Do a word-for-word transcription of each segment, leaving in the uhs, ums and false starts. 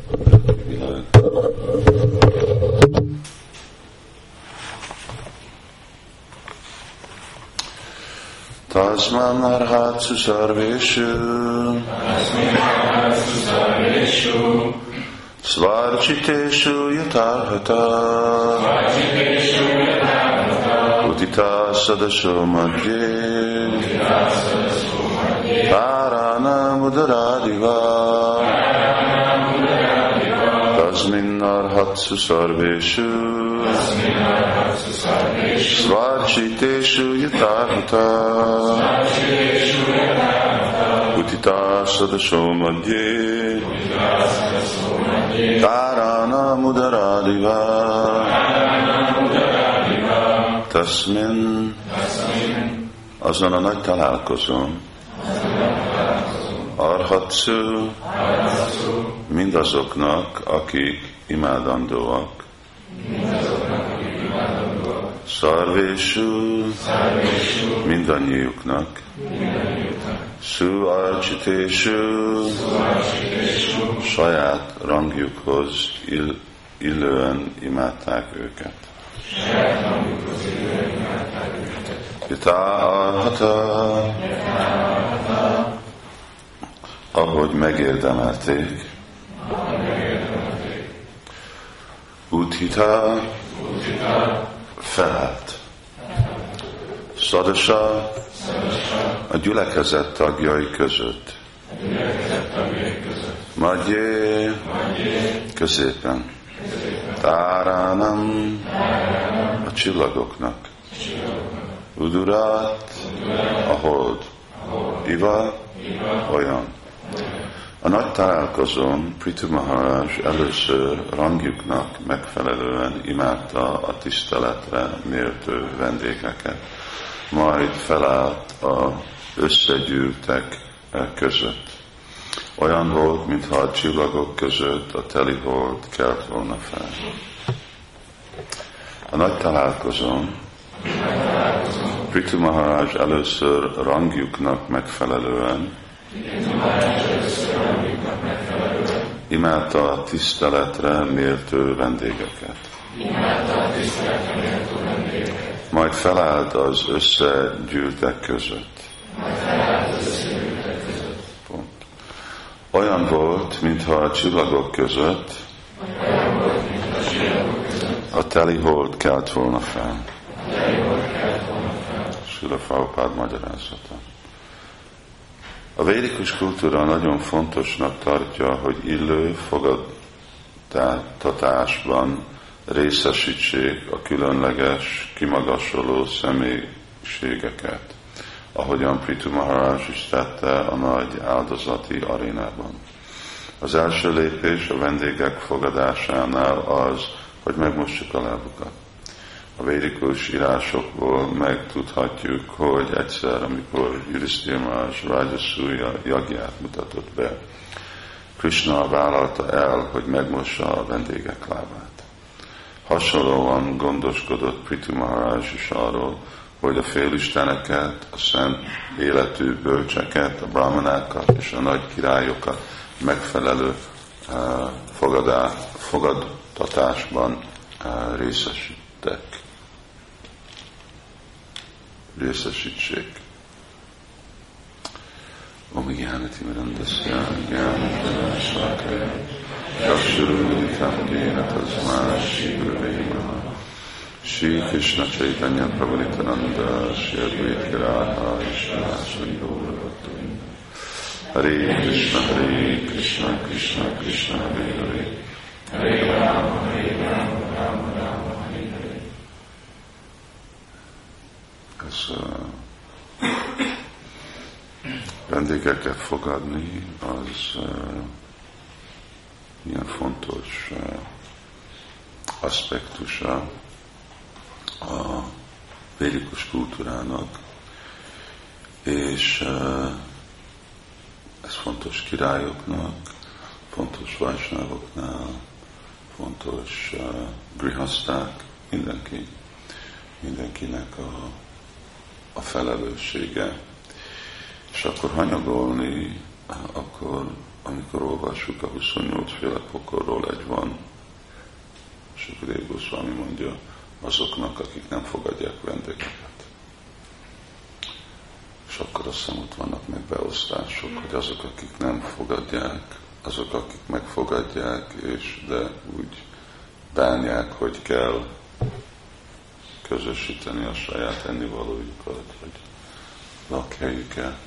világ. Tasman arhatsu sarveshu svarchiteshu yathahata udita sadasho madhye tarana mudaradiva tasmin arhatsu sarveshu svarchiteshu yathahata udita sadasho madhye tarana mudaradiva tasmin azon a nagy találkozón arhatsu mindazoknak, akik imádandóak, szarvésú mindannyiuknak, szú arcsitésú saját rangjukhoz ill, illően imádták őket. Yatahata, ahogy megérdemelték, Uthita, felállt. Sadasa, a gyülekezet tagjai között. Madhye, középen. Taranam, a csillagoknak. Udurat, a hold. Iva, olyan. A nagy találkozón Prithu Maharaj először rangjuknak megfelelően imádta a tiszteletre méltó vendégeket, majd felállt az összegyűltek között. Olyan volt, mintha a csillagok között a teli hold kelt volna fel. A nagy találkozón Prithu Maharaj először rangjuknak megfelelően imádta a tiszteletre méltó vendégeket. Majd felállt az összegyűltek között. Pont. Olyan volt, mintha a csillagok között a teli hold kelt volna fel. Srila Prabhupád magyarázata. A védikus kultúra nagyon fontosnak tartja, hogy illő fogadtatásban részesítsék a különleges, kimagasoló személyiségeket, ahogyan Prithu Maharaj is tette a nagy áldozati arénában. Az első lépés a vendégek fogadásánál az, hogy megmossuk a lábukat. A védikus írásokból megtudhatjuk, hogy egyszer, amikor Yudhiszthira Maharaj Rajasúja jagját mutatott be, Krishna vállalta el, hogy megmossa a vendégek lábát. Hasonlóan gondoskodott Prithu Maharaj is arról, hogy a félisteneket, a szent életű bölcseket, a brahmanákat és a nagy királyokat megfelelő uh, fogadá, fogadtatásban uh, részesítek. részesítsék. Om Gyánati Mirandasya Gyánati Sákaya Jakshurunitam Gyéna Tazmási Gurvéma Shri Krishna Chaitanya Prabhu Nityananda Shri Advaita Gadadhara Srivasadi Gaurabhakta Hare Krishna Hare Krishna Krishna Krishna Hare Hare Hare Rama Hare Rama Rama Rama Hare Hare. Ez uh, vendégeket fogadni, az uh, milyen fontos uh, aspektusa a védikus kultúrának, és uh, ez fontos királyoknak, fontos vajsnávoknál, fontos uh, grihaszták, mindenki, mindenkinek a, a felelőssége. És akkor hanyagolni, akkor amikor olvassuk a huszonnyolc féle pokorról, egy van, Sukadeva Goswami mondja, azoknak, akik nem fogadják vendégeket. És akkor azt hiszem, ott vannak meg beosztások, hogy azok, akik nem fogadják, azok, akik megfogadják, és de úgy bánják, hogy kell közösíteni a saját ennivalójukat, vagy lakhelyüket.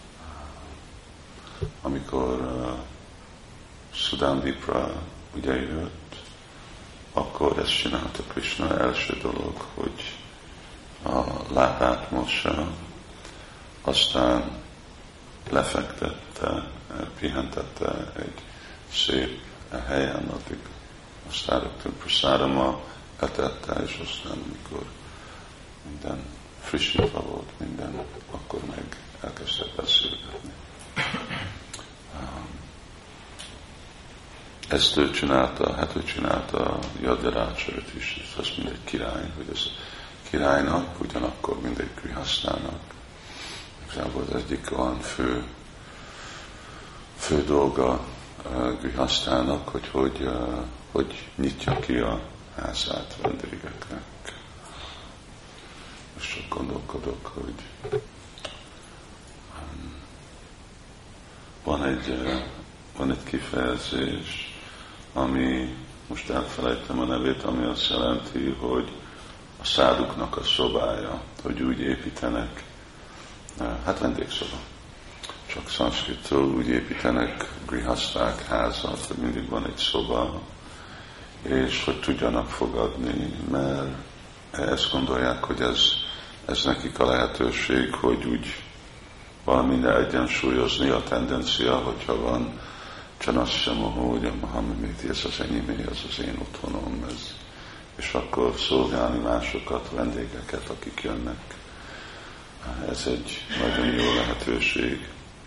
Amikor uh, Sudandipra ugye jött, akkor ezt csinálta Krishna első dolog, hogy a lábát mossa, aztán lefektette, pihentette egy szép helyen, addig aztán rögtön prasárama etette, és aztán amikor minden frissítva volt, minden, akkor meg elkezdett beszélgetni. Ezt ő csinálta, hát ő csinálta Jadyarácsot is, és azt mindegy király, hogy ez királynak, ugyanakkor mindegy grihasztának. Igazából az egyik olyan fő, fő dolga uh, grihasztának, hogy hogy, uh, hogy nyitja ki a házát vendégeknek. És csak gondolkodok, hogy um, van egy, uh, van egy kifejezés, ami, most elfelejtem a nevét, ami azt jelenti, hogy a száduknak a szobája, hogy úgy építenek, hát vendégszoba. Csak szanszkrittől úgy építenek grihaszták házat, hogy mindig van egy szoba, és hogy tudjanak fogadni, mert ezt gondolják, hogy ez, ez nekik a lehetőség, hogy úgy valamire egyensúlyozni a tendencia, hogyha van Csanassamoho, hogy a Mahamimiti, ez az enyémé, ez az én otthonom, ez, és akkor szolgálni másokat, vendégeket, akik jönnek. Ez egy nagyon jó lehetőség.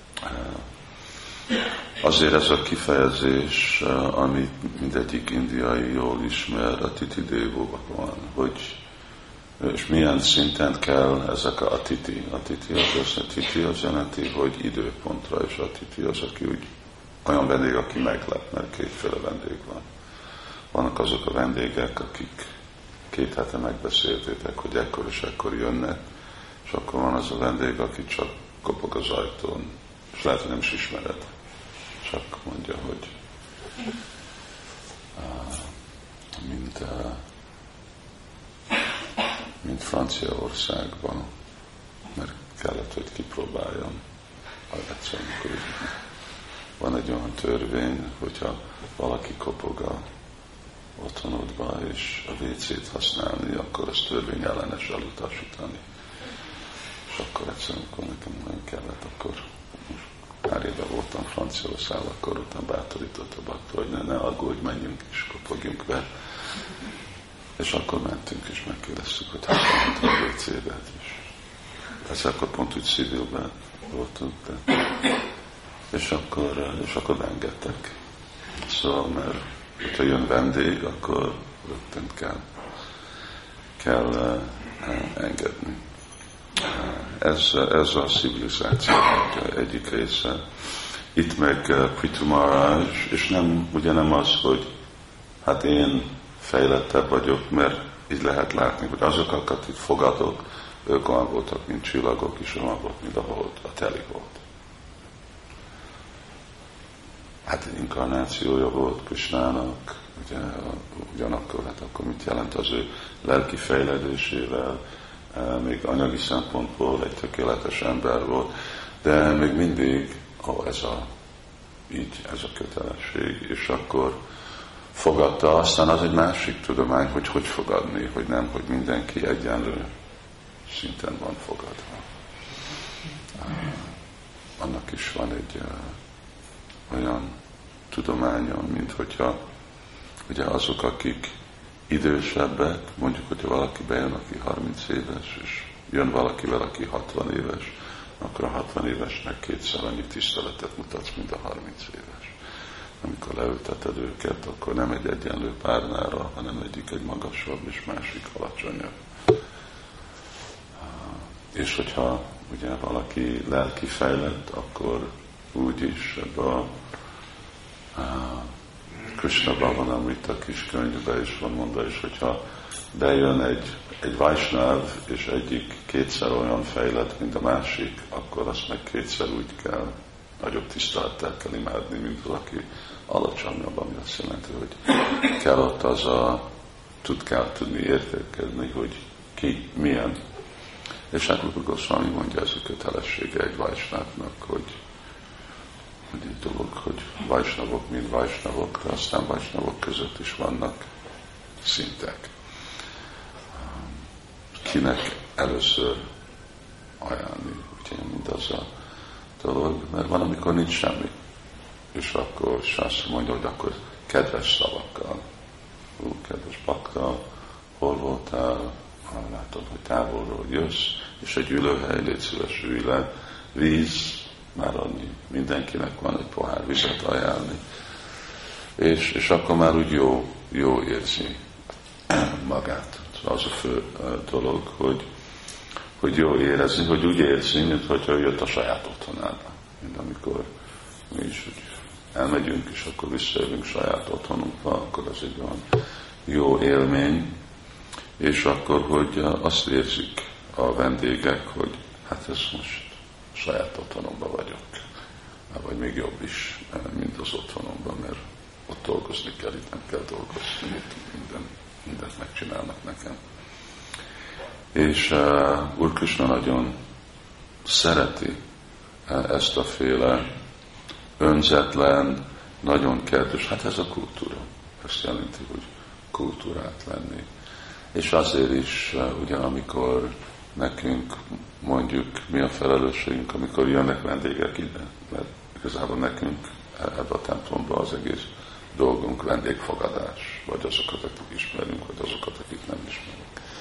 Azért ez a kifejezés, amit mindegyik indiai jól ismer, a titi dévóban, hogy és milyen szinten kell ezek a titi. A titi az, a titi az jelenti, hogy időpontra, és a titi az, aki úgy olyan vendég, aki meglep, mert kétféle vendég van. Vannak azok a vendégek, akik két hete megbeszéltétek, hogy ekkor és ekkor jönnek, és akkor van az a vendég, aki csak kopog az ajtón, és lehet, hogy nem is ismered. Csak mondja, hogy uh, mint, uh, mint Franciaországban, mert kellett, hogy kipróbáljam. Egyszerűen, amikor van egy olyan törvény, hogyha valaki kopog a otthonodba, és a vécét használni, akkor az törvény ellenes elutasítani. És akkor egyszerűen, amikor nekem nagyon kellett, akkor pár éve voltam Franciaországban, akkor utána bátorított a bakta, hogy ne, ne aggódj, menjünk és kopogjunk be. És akkor mentünk, és megkérdeztük, hogy hát a vécébe. És persze akkor pont úgy civilben voltunk, de és akkor, és akkor engedtek. Szóval, mert hogyha jön vendég, akkor rögtön kell, kell uh, engedni. Uh, ez, ez a civilizáció egyik része. Itt meg uh, Prithu Maharaj, és nem, ugye nem az, hogy hát én fejlettebb vagyok, mert így lehet látni, hogy azokat itt fogadok, ők olyan voltak, mint csillagok, és olyan volt, mint a hold, a teli volt. Hát inkarnációja volt Krishnának, ugye, ugyanakkor, hát akkor mit jelent az ő lelki fejledésével, még anyagi szempontból egy tökéletes ember volt, de még mindig ó, ez a, így ez a kötelesség, és akkor fogadta, aztán az egy másik tudomány, hogy hogy fogadni, hogy nem, hogy mindenki egyenlő szinten van fogadva. Annak is van egy olyan tudományon, mint hogyha ugye azok, akik idősebbek, mondjuk, hogyha valaki bejön, aki harminc éves, és jön valakivel, aki hatvan éves, akkor a hatvan évesnek kétszer annyi tiszteletet mutatsz, mint a harminc éves. Amikor leülteted őket, akkor nem egy egyenlő párnára, hanem egyik egy magasabb, és másik alacsonyabb. És hogyha ugye valaki lelki fejlett, akkor úgyis ebbe a Krishna Bhavanamrita kis könyvben is van mondva, és hogyha bejön egy, egy Vaisnáv, és egyik kétszer olyan fejlett, mint a másik, akkor azt meg kétszer úgy kell, nagyobb tisztelettel kell imádni, mint valaki alacsonyabb, ami azt jelenti, hogy kell ott az a, tud, kell tudni értékelni, hogy ki, milyen. És hát Rupa Goswami mondja, ez a kötelessége egy Vaisnávnak, hogy hogy egy dolog, hogy vajsnavok, mint vajsnavok, de aztán vajsnavok között is vannak szintek. Kinek először ajánlni, ugye mindaz a dolog, mert van, amikor nincs semmi. És akkor Sászló mondja, hogy akkor kedves szavakkal. Ú, kedves bakta, hol voltál? Látod, hogy távolról jössz, és egy ülőhely, légy szíves, ülj le, víz, már annyi, mindenkinek van egy pohár vizet ajánlni. És, és akkor már úgy jó, jó érzi magát. Szóval az a fő dolog, hogy, hogy jó érezni, hogy úgy érzi, mint hogyha jött a saját otthonába. Mint amikor mi is úgy elmegyünk, és akkor visszajövünk saját otthonunkba, akkor az egy olyan jó élmény, és akkor, hogy azt érzik a vendégek, hogy hát ez most saját otthonomban vagyok, vagy még jobb is, mint az otthonomban, mert ott dolgozni kell, itt nem kell dolgozni, itt minden, mindent megcsinálnak nekem. És uh, Úr Krishna nagyon szereti ezt a féle önzetlen, nagyon kedves, hát ez a kultúra. Ezt jelenti, hogy kultúrát lenni. És azért is, uh, ugye amikor nekünk mondjuk mi a felelősségünk, amikor jönnek vendégek ide, mert igazából nekünk ebben a templomban az egész dolgunk vendégfogadás, vagy azokat, akik ismerünk, vagy azokat, akik nem ismerünk.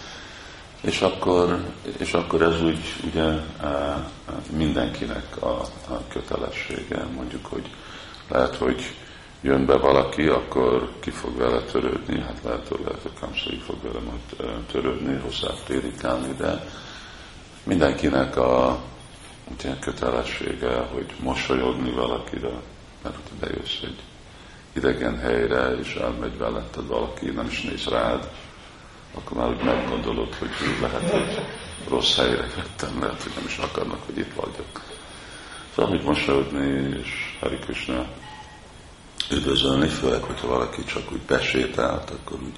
És akkor, és akkor ez úgy ugye mindenkinek a, a kötelessége, mondjuk, hogy lehet, hogy jön be valaki, akkor ki fog vele törődni, hát lehet, hogy lehet, hogy Kamsa fog vele majd törődni, hozzá prédikálni, de mindenkinek a ugye, kötelessége, hogy mosolyogni valakire, mert ha bejössz egy idegen helyre, és elmegy veletted valaki, nem is néz rád, akkor már úgy meggondolod, hogy lehet, hogy rossz helyre jöttem, lehet, hogy nem is akarnak, hogy itt vagyok. Szóval, hogy mosolyogni, és Hari Krishna üdvözölni, főleg, hogyha valaki csak úgy besétált, akkor úgy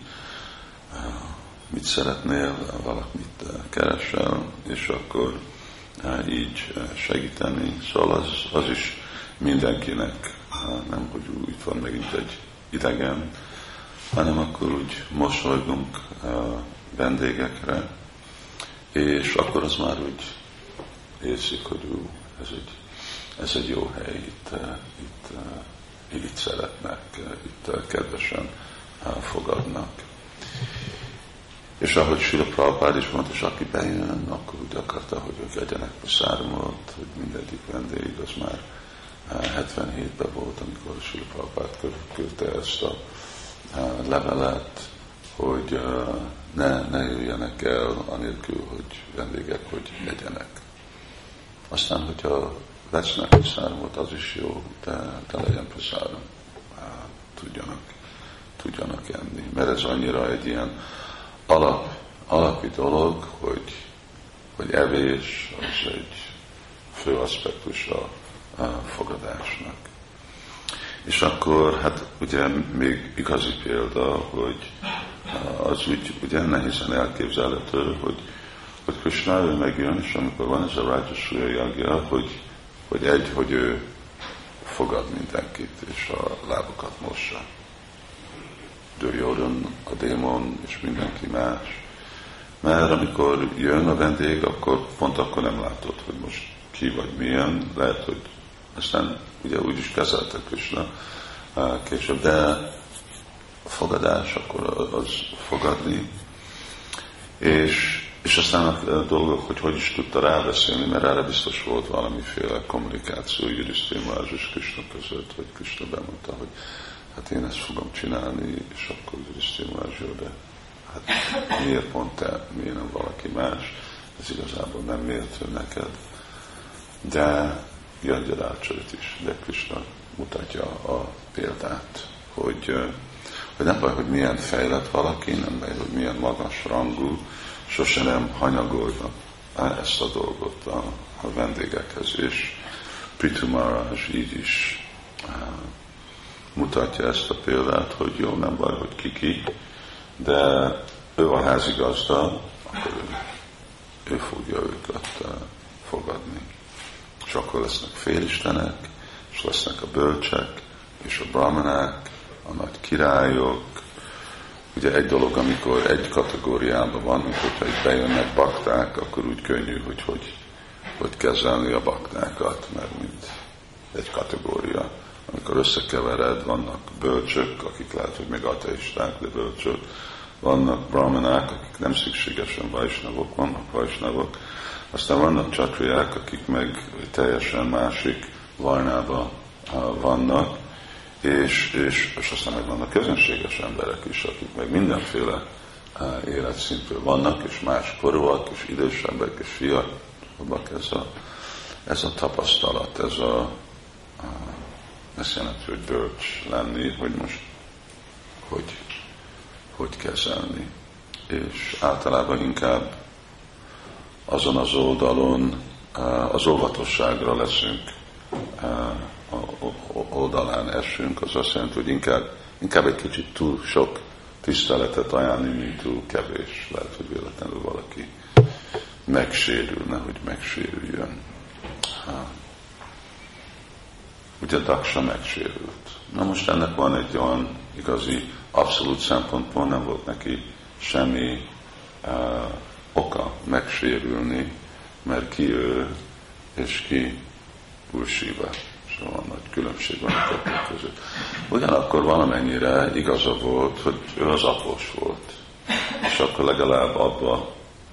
mit szeretnél, valamit keresel, és akkor így segíteni. Szóval az, az is mindenkinek, nem hogy úgy van megint egy idegen, hanem akkor úgy mosolygunk vendégekre, és akkor az már úgy érzik, hogy ú, ez egy, ez egy jó hely, itt, itt, itt szeretnek, itt kedvesen fogadnak. És ahogy Srila Prabhupád is mondta, és aki bejön, akkor úgy akarta, hogy ők legyenek prasármot, hogy mindegyik vendég, az már hetvenhétben volt, amikor Srila Prabhupád küldte ezt a levelet, hogy ne, ne jöjjenek el anélkül, hogy vendégek, hogy legyenek. Aztán, hogyha vesznek prasármot, az is jó, de, de legyen prasáram, tudjanak, tudjanak enni. Mert ez annyira egy ilyen alap, alapi dolog, hogy, hogy evés az egy fő aspektus a, a fogadásnak. És akkor, hát ugye még igazi példa, hogy az úgy ugye nehézen elképzelhető, hogy, hogy Krishna ő megjön, és amikor van ez a Rajasuya Yagya, hogy, hogy egy, hogy ő fogad mindenkit, és a lábukat mossa. Duryodhan, a démon, és mindenki más. Mert amikor jön a vendég, akkor pont akkor nem látod, hogy most ki vagy milyen, lehet, hogy aztán ugye úgy is kezelte Krishna később, de a fogadás, akkor az fogadni, és, és aztán a dolgok, hogy hogy is tudta rábeszélni, mert erre biztos volt valamiféle kommunikáció Yudhiszthira Maharaj és Krishna között, hogy Krishna bemondta, hogy hát én ezt fogom csinálni, és akkor Yudhiszthira Maharaj, de hát miért pont te, miért nem valaki más, ez igazából nem méltó neked. De Gyangyalacsarit is, de Krishna mutatja a példát, hogy, hogy nem baj, hogy milyen fejlett valaki, nem baj, hogy milyen magas rangú, sose nem hanyagolja ezt a dolgot a, a vendégekhez, és Prithu Maharaj így is mutatja ezt a példát, hogy jó, nem baj, hogy kiki, de ő a házigazda, akkor ő, ő fogja őket fogadni. És akkor lesznek félistenek, és lesznek a bölcsek, és a brahmanák, a nagy királyok. Ugye egy dolog, amikor egy kategóriában van, mint hogyha itt bejönnek bakták, akkor úgy könnyű, hogy hogy, hogy kezelni a baktákat, mert mint egy kategória. Amikor összekevered, vannak bölcsök, akik lehet, hogy még ateisták, de bölcsök, vannak brahmanák, akik nem szükségesen vajsnavok, vannak vajsnavok, aztán vannak csatriák, akik meg teljesen másik varnában vannak, és, és, és aztán meg vannak közönséges emberek is, akik meg mindenféle életszintről vannak, és más korúak, és idősebbek, és fiatalok. Ez a, ez a tapasztalat, ez a, a ezt jelenti, hogy bölcs lenni, hogy most hogy, hogy kezelni. És általában inkább azon az oldalon az óvatosságra leszünk, oldalán esünk, az azt jelenti, hogy inkább, inkább egy kicsit túl sok tiszteletet ajánlni, mint túl kevés. Lehet, hogy véletlenül valaki megsérülne, hogy megsérüljön. Ugye Daksa megsérült. Na most ennek van egy olyan igazi, abszolút szempontból nem volt neki semmi uh, oka megsérülni, mert ki ő és ki Úr Siva. Szóval nagy különbség van a kettő között. Ugyanakkor valamennyire igaza volt, hogy ő az após volt. És akkor legalább abba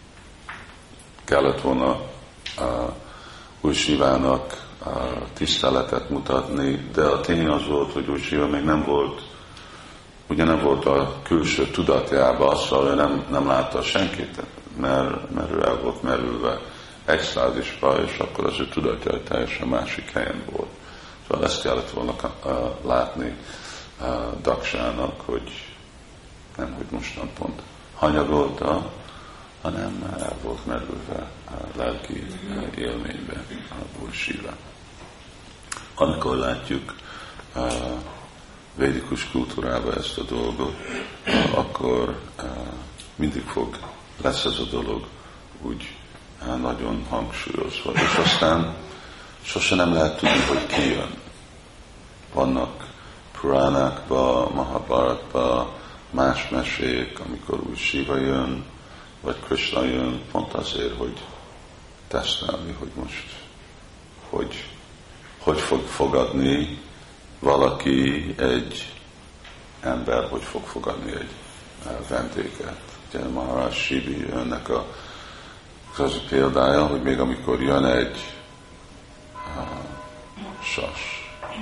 kellett volna uh, Úr Sivának uh, tiszteletet mutatni, de a tény az volt, hogy Úr Siva még nem volt, ugye nem volt a külső tudatjában, szóval ő nem, nem látta senkit, mert, mert ő el volt merülve extázisba, és akkor az ő tudatja teljesen másik helyen volt. Szóval ezt kellett volna uh, látni uh, Daksának, hogy nem, hogy mostan pont hanyagolta, hanem el volt merülve a lelki uh, élménybe a Úr Siva. Amikor látjuk uh, védikus kultúrában ezt a dolgot, uh, akkor uh, mindig fog, lesz ez a dolog úgy uh, nagyon hangsúlyozva. És aztán sose nem lehet tudni, hogy ki jön. Vannak Puránákban, Mahabharatban más mesék, amikor úgy Siva jön, vagy Krishna jön, pont azért, hogy tesztelni, hogy most hogy, hogy fog fogadni valaki egy ember, hogy fog fogadni egy vendéget. Ugye Maharaj Sibi önnek a, az a példája, hogy még amikor jön egy uh, sas,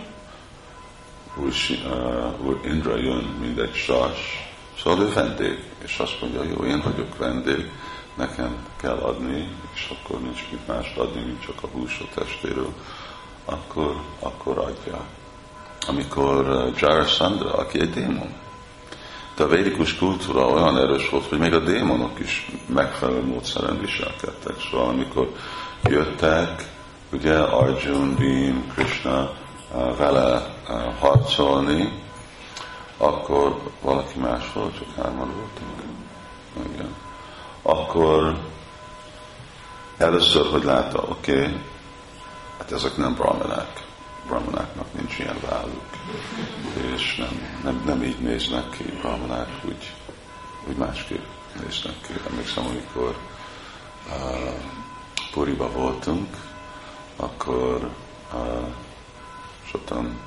Úr, uh, Úr Indra jön, mint egy sas, szóval ő vendég, és azt mondja, jó, én vagyok vendég, nekem kell adni, és akkor nincs mit mást adni, mint csak a hús a testéről, akkor, akkor adja. Amikor uh, Jarasandha, aki egy démon, de a védikus kultúra olyan erős volt, hogy még a démonok is megfelelő módszeren viselkedtek. Szóval amikor jöttek, ugye Arjun, Bhim, Krishna uh, vele uh, harcolni, akkor valaki más volt, csak hárman voltunk. Igen. Akkor először, hogy látta, oké, okay, hát ezek nem brahmanák. Brahmanáknak nincs ilyen válluk, és nem, nem, nem így néznek ki, brahmanák úgy, úgy másképp néznek ki. Emlékszem, amikor uh, Puriba voltunk, akkor uh, sokan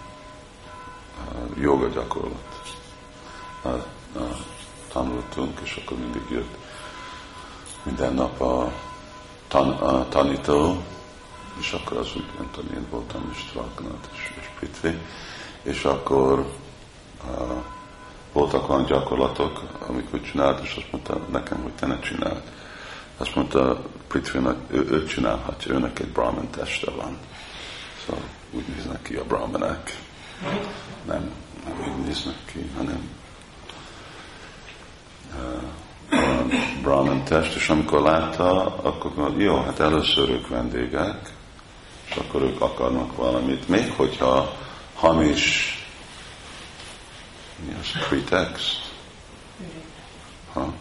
uh, joga gyakorlat uh, uh, tanultunk, és akkor mindig jött minden nap a tan, uh, tanító, és akkor az úgy, nem tudom, én voltam is Traknat és, és Prithvi, és akkor uh, voltak olyan gyakorlatok, amikor csinált, és azt mondta nekem, hogy te ne csináld. Azt mondta Prithvinak, ő, ő csinálhatja, őnek egy brahman teste van. Szóval úgy néznek ki a brahmanák. Nem, nem így néznek ki, hanem uh, Brahman test, és amikor látta, akkor mondta, jó, hát először ők vendégek, és akkor ők akarnak valamit. Még hogyha hamis, mi az, pretext? Ha?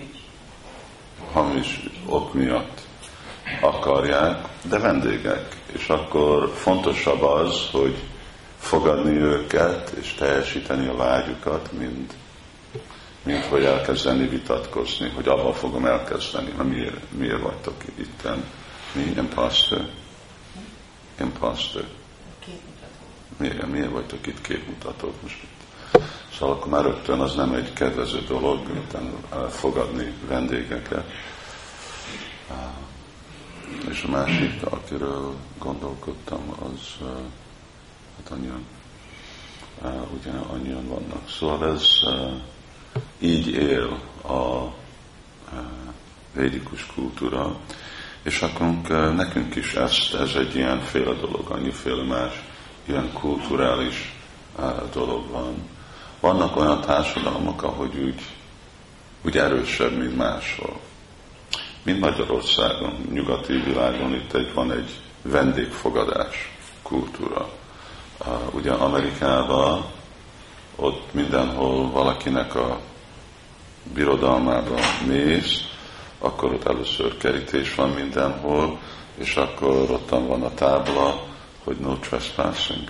Hamis ok miatt akarják, de vendégek. És akkor fontosabb az, hogy fogadni őket, és teljesíteni a vágyukat, mint, mint hogy elkezdeni vitatkozni, hogy abban fogom elkezdeni, na miért, miért vagytok itten? Mi? Imposter? Imposter. Miért, miért vagytok itt képmutatók most itt? Szóval akkor már rögtön az nem egy kedvező dolog, miután fogadni vendégeket. És a másik, akiről gondolkodtam, az hát annyian, ugye annyian vannak. Szóval ez így él a védikus kultúra, és akkor nekünk is ezt, ez egy ilyen féle dolog, annyiféle más, ilyen kulturális dolog van. Vannak olyan társadalmak, ahogy úgy, úgy erősebb, mint máshol. Mint Magyarországon, nyugati világon itt egy, van egy vendégfogadás kultúra. Uh, ugye Amerikában ott mindenhol valakinek a birodalmába mész, akkor ott először kerítés van mindenhol, és akkor ottan van a tábla, hogy no trespassing.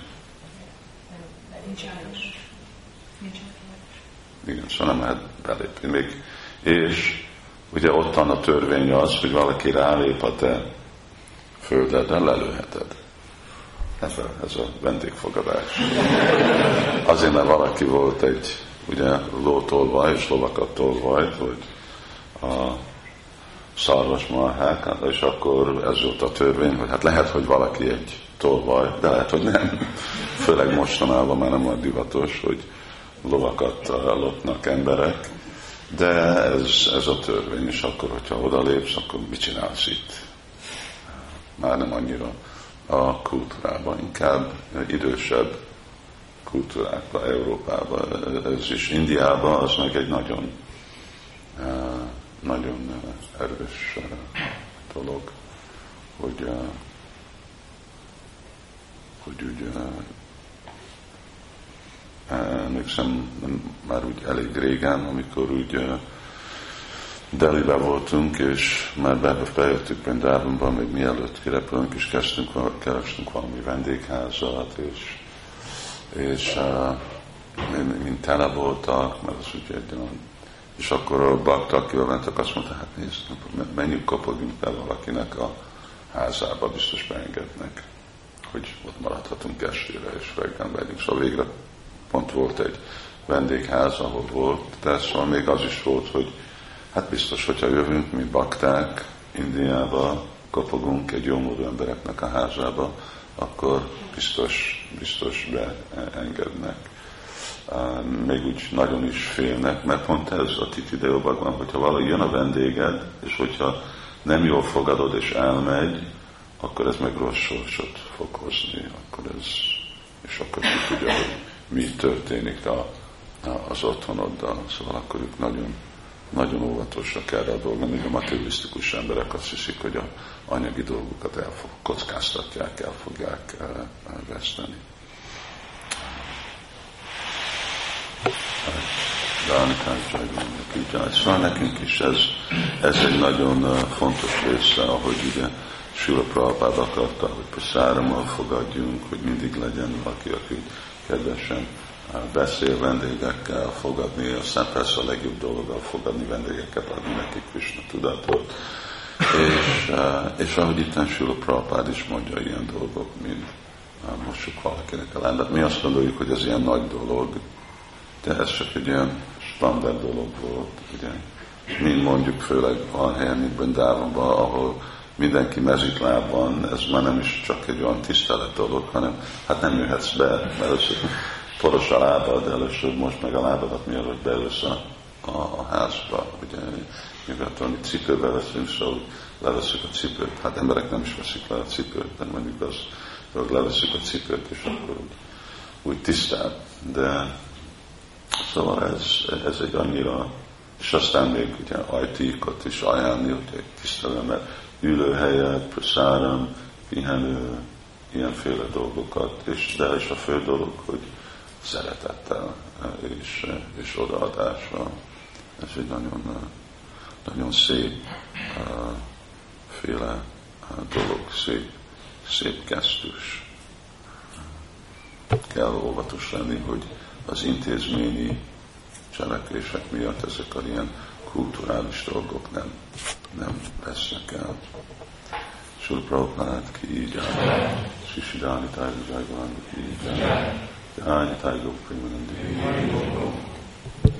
Igen, szóval nem lehet belépni még. És ugye ottan a törvény az, hogy valaki rálép a te földedre, lelőheted. Ez a, ez a vendégfogadás. Azért, mert valaki volt egy ugye lótolvaj és lovakat tolvaj, hogy a szarvasmarhák, és akkor ez volt a törvény, hogy hát lehet, hogy valaki egy tolvaj, de lehet, hogy nem. Főleg mostanában már nem olyan divatos, hogy lovakat lopnak emberek, de ez, ez a törvény, és akkor, hogyha odalépsz, akkor mit csinálsz itt? Már nem annyira a kultúrában, inkább idősebb kultúrákban, Európában, ez is Indiában, az meg egy nagyon, nagyon erős dolog, hogy, hogy úgy emlékszem, már úgy elég régen, amikor úgy Delhibe voltunk, és már bejöttük Brindában, még mielőtt kirepülünk, és kezdtünk, kerestünk valami vendégházat, és, és uh, mint tele voltak, mert az úgy egy olyan, és akkor a bakta, akivel mentek, azt mondta, hát nézd, menjünk, kapogjunk be valakinek a házába, biztos beengednek, hogy ott maradhatunk estére, és reggel megyünk. Szóval végre pont volt egy vendégház, ahol volt, de szóval még az is volt, hogy hát biztos, hogyha jövünk, mi bakták Indiába, kopogunk egy jómódú embereknek a házába, akkor biztos, biztos beengednek. Még úgy nagyon is félnek, mert pont ez a Titideóban van, hogyha valaki jön a vendéged, és hogyha nem jól fogadod és elmegy, akkor ez meg rossz sorsot fog hozni, akkor ez, és akkor ki tudja, hogy mi történik a, a, az otthonoddal, szóval akkor ők nagyon, nagyon óvatosak erre a dolgra, míg a materialisztikus emberek azt hiszik, hogy a anyagi dolgokat elfog, kockáztatják, el fogják veszteni. Szóval nekünk is ez, ez egy nagyon fontos része, ahogy ugye Srila Prabhupád akarta, hogy praszárammal fogadjunk, hogy mindig legyen valaki, aki kedvesen beszél vendégekkel, fogadni, aztán persze a legjobb dolog a fogadni vendégeket, adni nekik Krishna tudatot. És, és ahogy itt Srila Prabhupád is mondja ilyen dolgok, mint mossuk valakinek a lábát. Mi azt gondoljuk, hogy ez ilyen nagy dolog, de ez csak egy ilyen standard dolog volt, ugye. Mint mondjuk főleg a helyen, mint Brindávonban, ahol mindenki mezitlábban, ez már nem is csak egy olyan tisztelet dolog, hanem hát nem jöhetsz be, mert először poros a lábad, először most meg a lábadat, mielőtt beülsz a, a, a házba, ugye. Nyugaton itt cipőbe veszünk, szóval leveszünk a cipőt, hát emberek nem is veszik le a cipőt, de mondjuk az, hogy leveszünk a cipőt, és akkor úgy úgy tisztább, de szóval ez, ez egy annyira, és aztán még ugye ajtékot is ajánlni, hogy egy tisztelemet, ülőhelyet, praszáram, pihenő, ilyenféle dolgokat, és de is a fő dolog, hogy szeretettel és, és odaadással. Ez egy nagyon, nagyon szép féle dolog, szép, szép gesztus. Kell óvatos lenni, hogy az intézményi cselekvések miatt ezek a ilyen kulturális dolgok nem, nem vesznek el. Srila Prabhupád ki így áll, Sisidáni Tájgó Jajgalánd ki így áll, Jányi Tájgó Prémanandi.